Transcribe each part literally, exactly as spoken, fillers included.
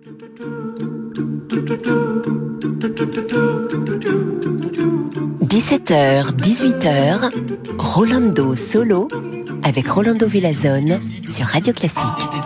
dix-sept heures, dix-huit heures, Rolando Solo avec Rolando Villazone sur Radio Classique.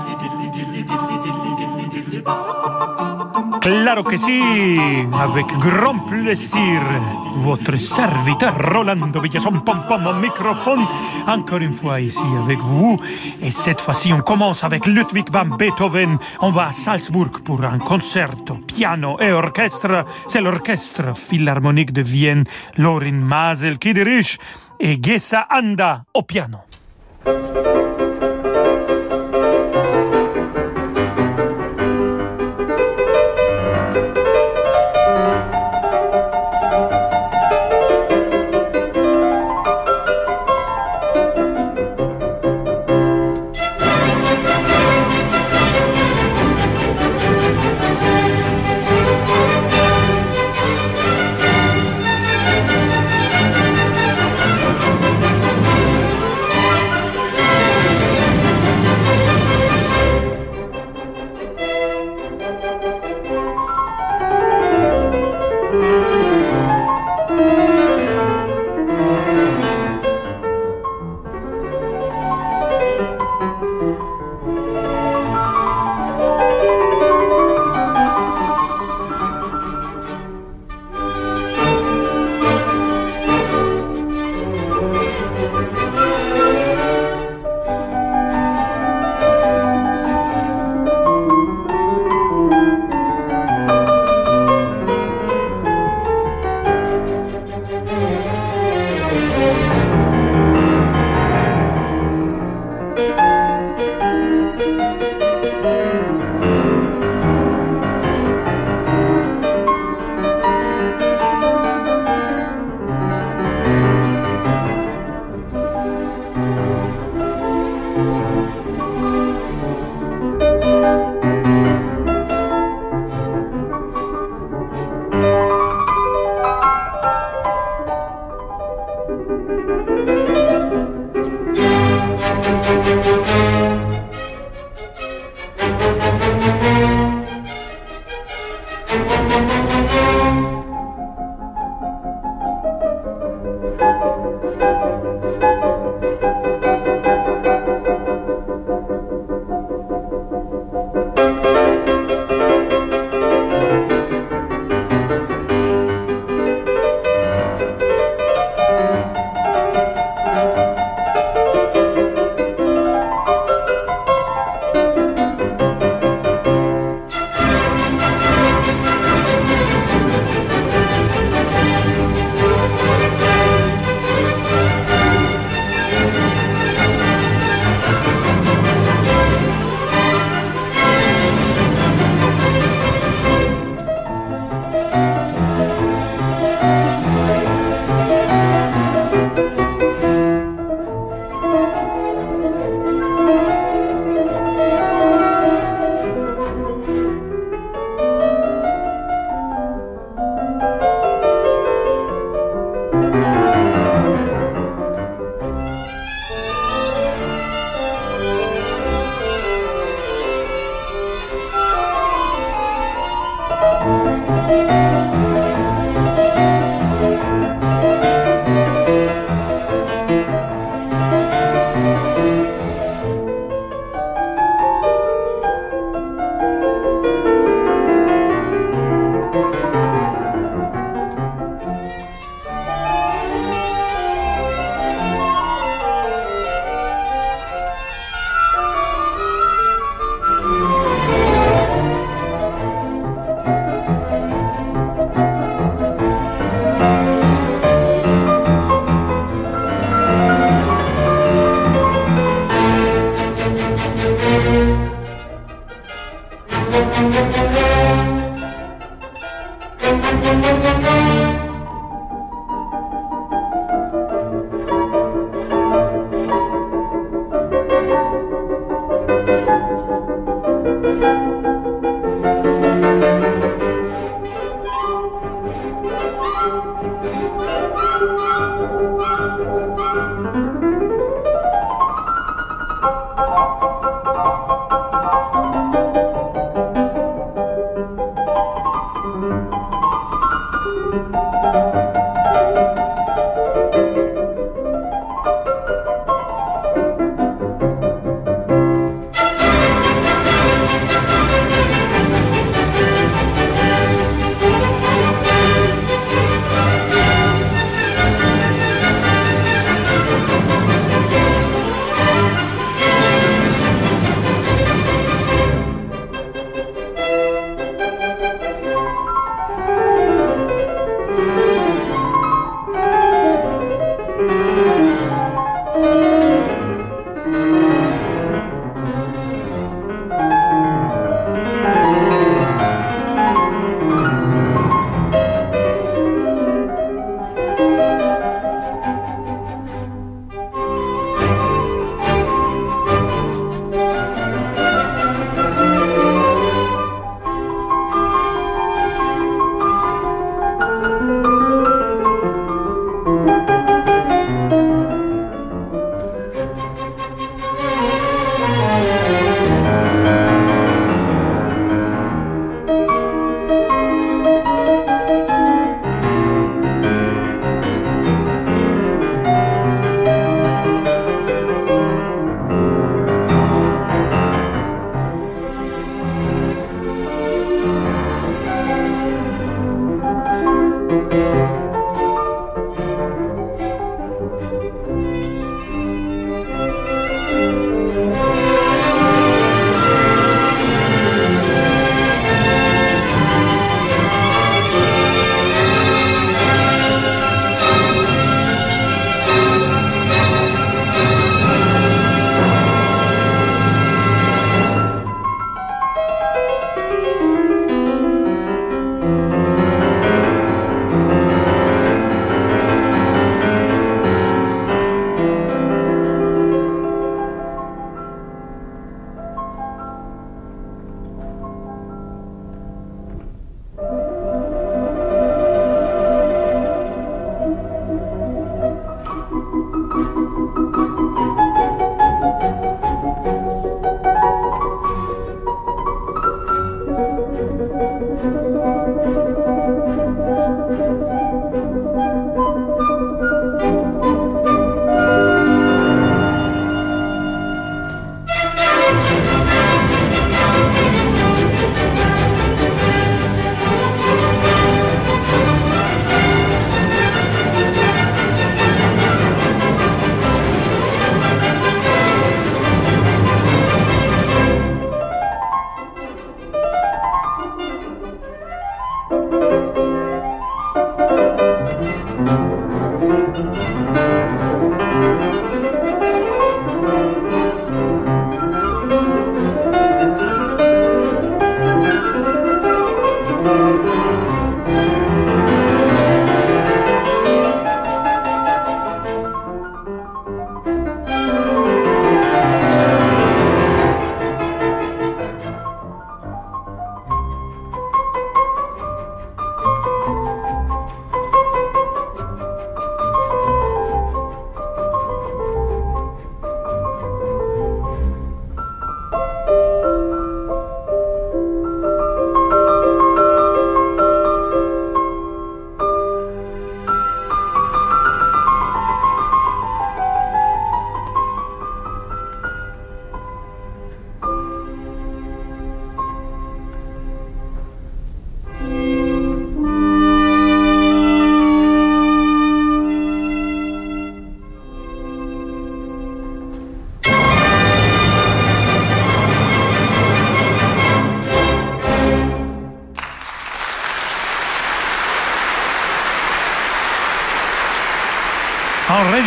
Claro que si, avec grand plaisir. Votre serviteur Rolando Villazone, pom pom au microphone, encore une fois ici avec vous. Et cette fois-ci, on commence avec Ludwig van Beethoven. On va à Salzbourg pour un concerto, piano et orchestre. C'est l'orchestre philharmonique de Vienne, Lorin Maazel qui dirige, et Gesa Anda au piano.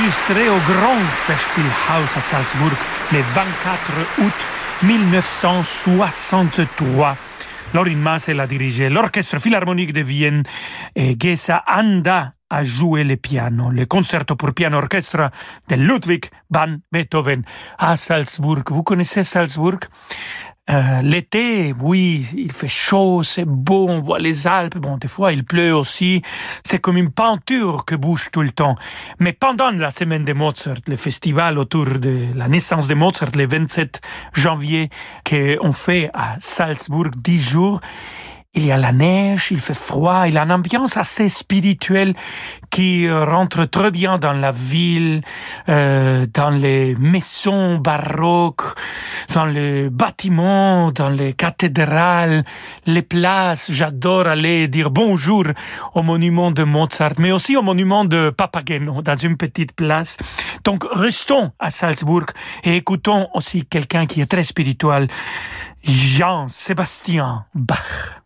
enregistré au Grand Festspielhaus à Salzbourg le vingt-quatre août mille neuf cent soixante-trois. Lorin Maazel a dirigé l'Orchestre Philharmonique de Vienne et Gesa Anda a joué le piano. Le concerto pour piano orchestre de Ludwig van Beethoven à Salzbourg. Vous connaissez Salzbourg? Euh, l'été, oui, il fait chaud, c'est beau, on voit les Alpes, bon, des fois il pleut aussi, c'est comme une peinture que bouge tout le temps. Mais pendant la semaine de Mozart, le festival autour de la naissance de Mozart, le vingt-sept janvier, qu'on fait à Salzbourg, dix jours, il y a la neige, il fait froid, il y a une ambiance assez spirituelle qui rentre très bien dans la ville, euh, dans les maisons baroques, dans les bâtiments, dans les cathédrales, les places. J'adore aller dire bonjour au monument de Mozart, mais aussi au monument de Papageno, dans une petite place. Donc, restons à Salzbourg et écoutons aussi quelqu'un qui est très spirituel, Jean-Sébastien Bach.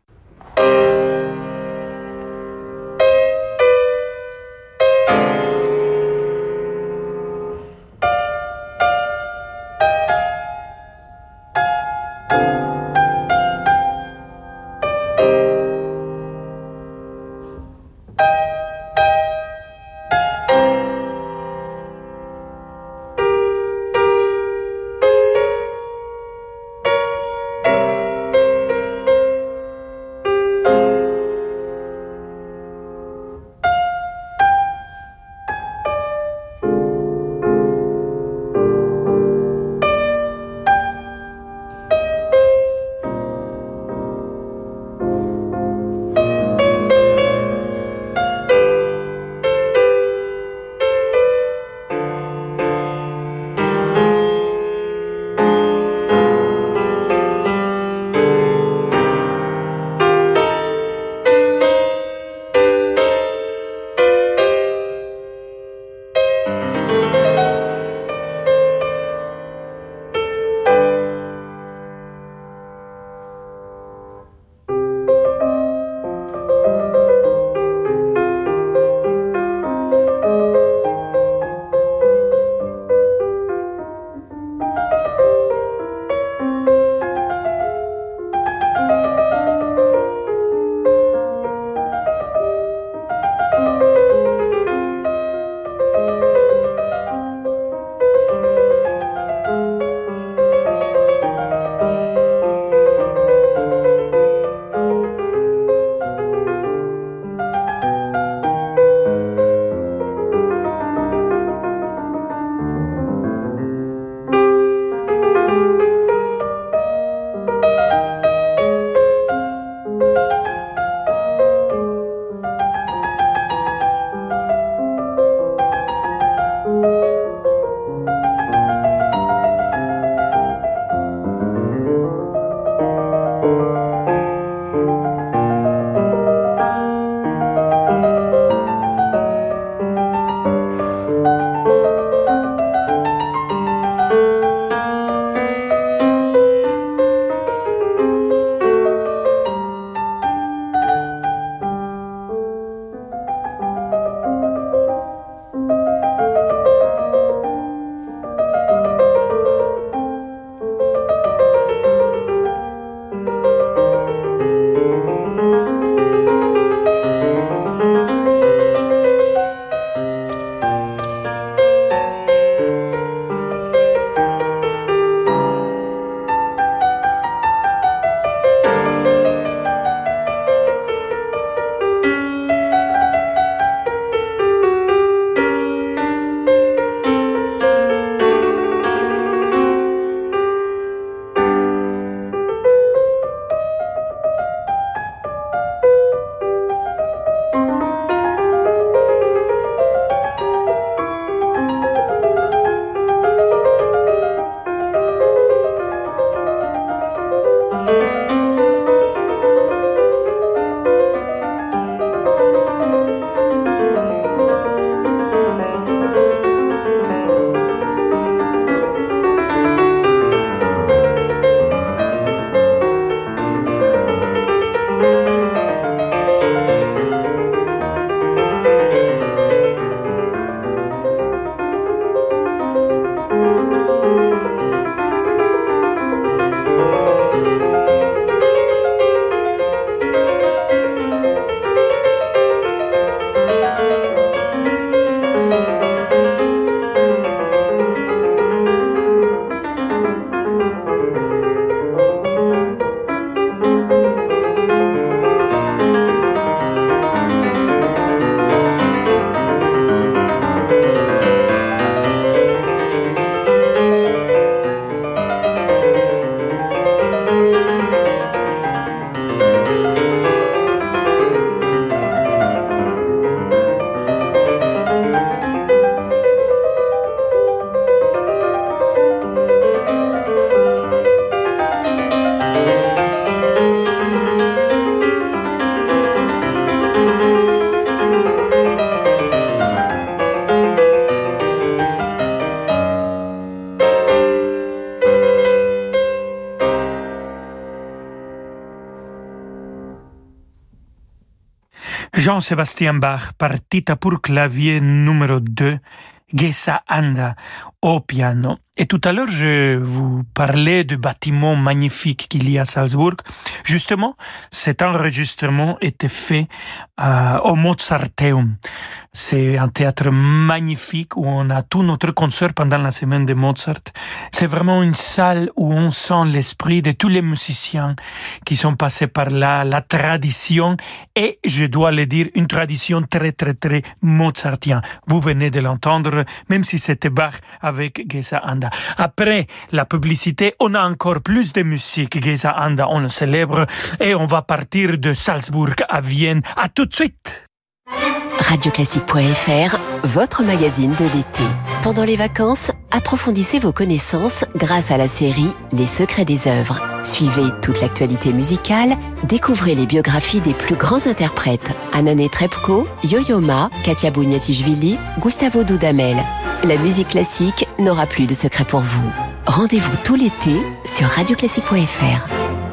Jean-Sébastien Bach, partita pour clavier numéro deux, Gesa Anda, au piano. Et tout à l'heure, je vous parlais du bâtiment magnifique qu'il y a à Salzbourg. Justement, cet enregistrement était fait euh, au Mozarteum. C'est un théâtre magnifique où on a tout notre concert pendant la semaine de Mozart. C'est vraiment une salle où on sent l'esprit de tous les musiciens qui sont passés par là, la tradition, et je dois le dire, une tradition très très très mozartienne. Vous venez de l'entendre, même si c'était Bach avec Gesa Anda. Après la publicité, on a encore plus de musique. Gesa Anda, on le célèbre et on va partir de Salzbourg à Vienne. À tout de suite. radioclassique point f r, votre magazine de l'été. Pendant les vacances, approfondissez vos connaissances grâce à la série Les secrets des œuvres. Suivez toute l'actualité musicale, découvrez les biographies des plus grands interprètes. Anna Netrebko, Yo-Yo Ma, Katia Bouniatichvili, Gustavo Dudamel. La musique classique n'aura plus de secret pour vous. Rendez-vous tout l'été sur radioclassique point f r.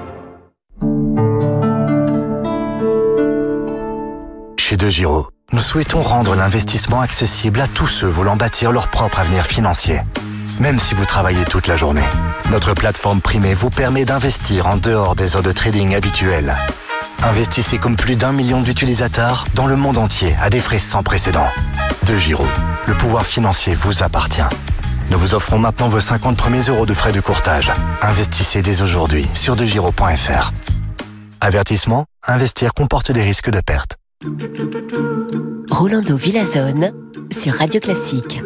Chez De Giro, nous souhaitons rendre l'investissement accessible à tous ceux voulant bâtir leur propre avenir financier. Même si vous travaillez toute la journée, notre plateforme primée vous permet d'investir en dehors des heures de trading habituelles. Investissez comme plus d'un million d'utilisateurs dans le monde entier à des frais sans précédent. De Giro, le pouvoir financier vous appartient. Nous vous offrons maintenant vos cinquante premiers euros de frais de courtage. Investissez dès aujourd'hui sur de giro point f r. Avertissement, investir comporte des risques de perte. Rolando Villazone sur Radio Classique.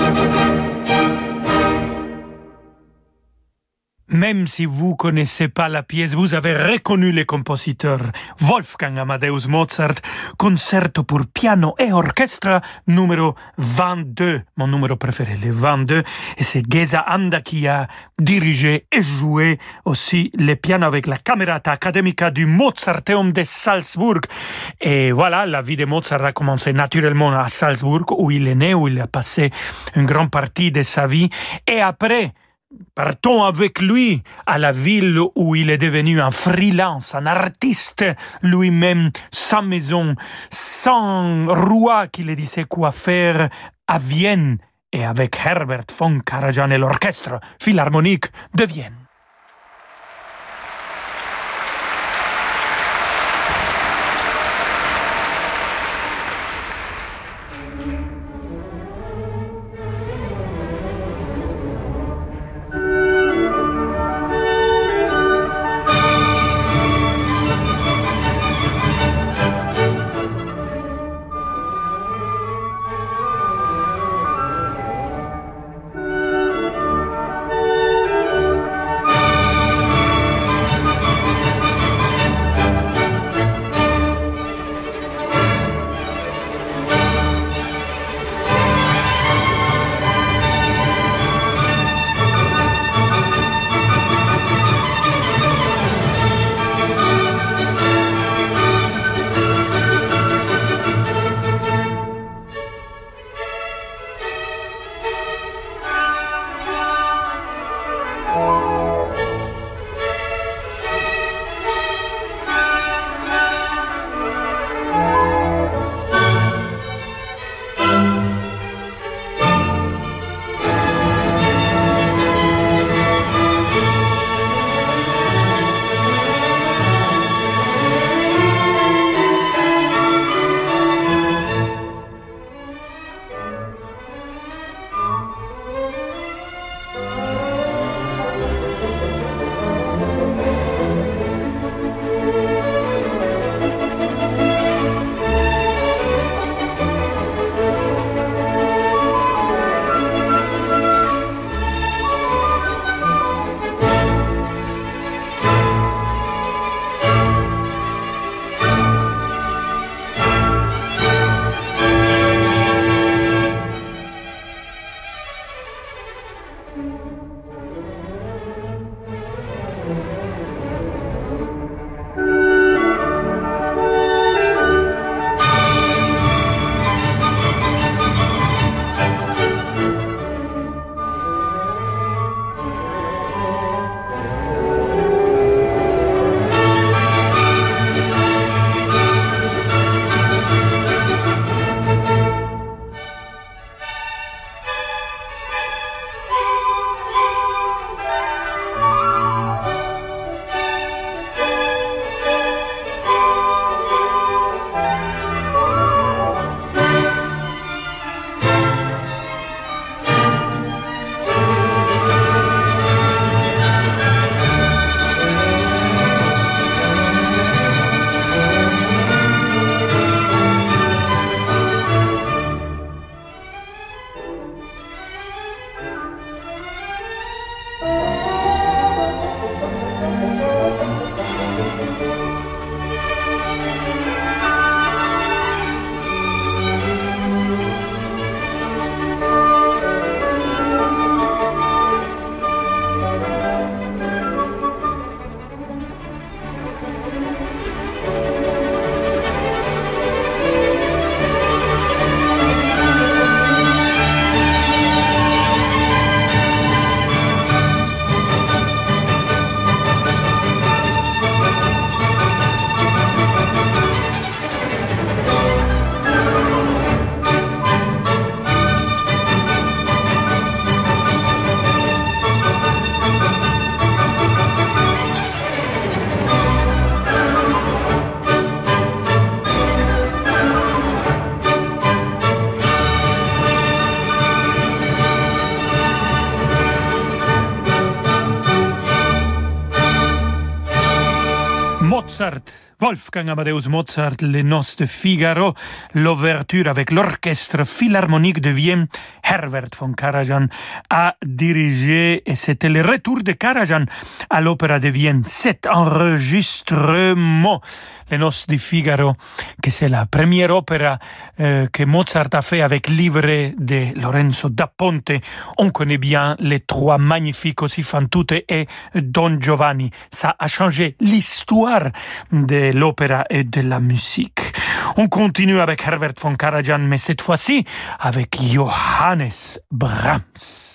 Même si vous connaissez pas la pièce, vous avez reconnu le compositeur Wolfgang Amadeus Mozart, concerto pour piano et orchestre numéro vingt-deux, mon numéro préféré, le vingt-deux, et c'est Geza Anda qui a dirigé et joué aussi le piano avec la Camerata Academica du Mozarteum de Salzbourg. Et voilà, la vie de Mozart a commencé naturellement à Salzbourg, où il est né, où il a passé une grande partie de sa vie, et après, partons avec lui à la ville où il est devenu un freelance, un artiste lui-même, sans maison, sans roi qui lui disait quoi faire, à Vienne, et avec Herbert von Karajan et l'orchestre philharmonique de Vienne. Mozart, Wolfgang Amadeus Mozart, Les Noces de Figaro, l'ouverture avec l'Orchestre Philharmonique de Vienne. Herbert von Karajan a dirigé et c'était le retour de Karajan à l'Opéra de Vienne. Cet enregistrement, Les Noces de Figaro, que c'est la première opéra euh, que Mozart a fait avec livret de Lorenzo da Ponte. On connaît bien les trois magnifiques aussi fan tutte et Don Giovanni. Ça a changé l'histoire de l'opéra et de la musique. On continue avec Herbert von Karajan, mais cette fois-ci avec Johannes Brahms.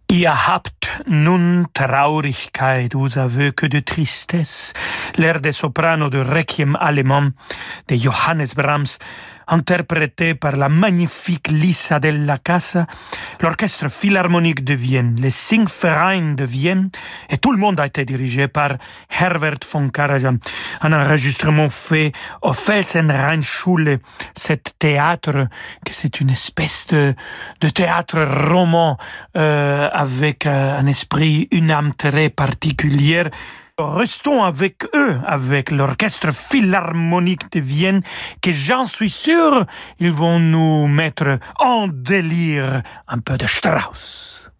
Ihr habt nun Traurigkeit, vous avez que de tristesse. L'air de soprano de Requiem allemand de Johannes Brahms, interprété par la magnifique Lisa della Casa, l'orchestre philharmonique de Vienne, les Singverein de Vienne, et tout le monde a été dirigé par Herbert von Karajan. Un enregistrement fait au Felsenrheinschule, cet théâtre, que c'est une espèce de, de théâtre roman euh, avec euh, un esprit, une âme très particulière. Restons avec eux, avec l'orchestre philharmonique de Vienne, que j'en suis sûr, ils vont nous mettre en délire un peu de Strauss.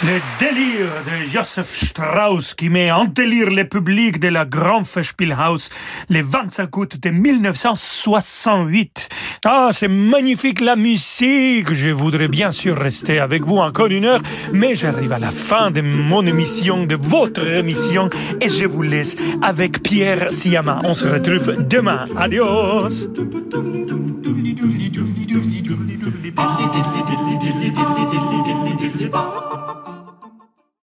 Le délire de Joseph Strauss qui met en délire le public de la Grand Festspielhaus le vingt-cinq août de mille neuf cent soixante-huit. Ah, c'est magnifique la musique. Je voudrais bien sûr rester avec vous encore une heure, mais j'arrive à la fin de mon émission, de votre émission, et je vous laisse avec Pierre Siyama. On se retrouve demain. Adios.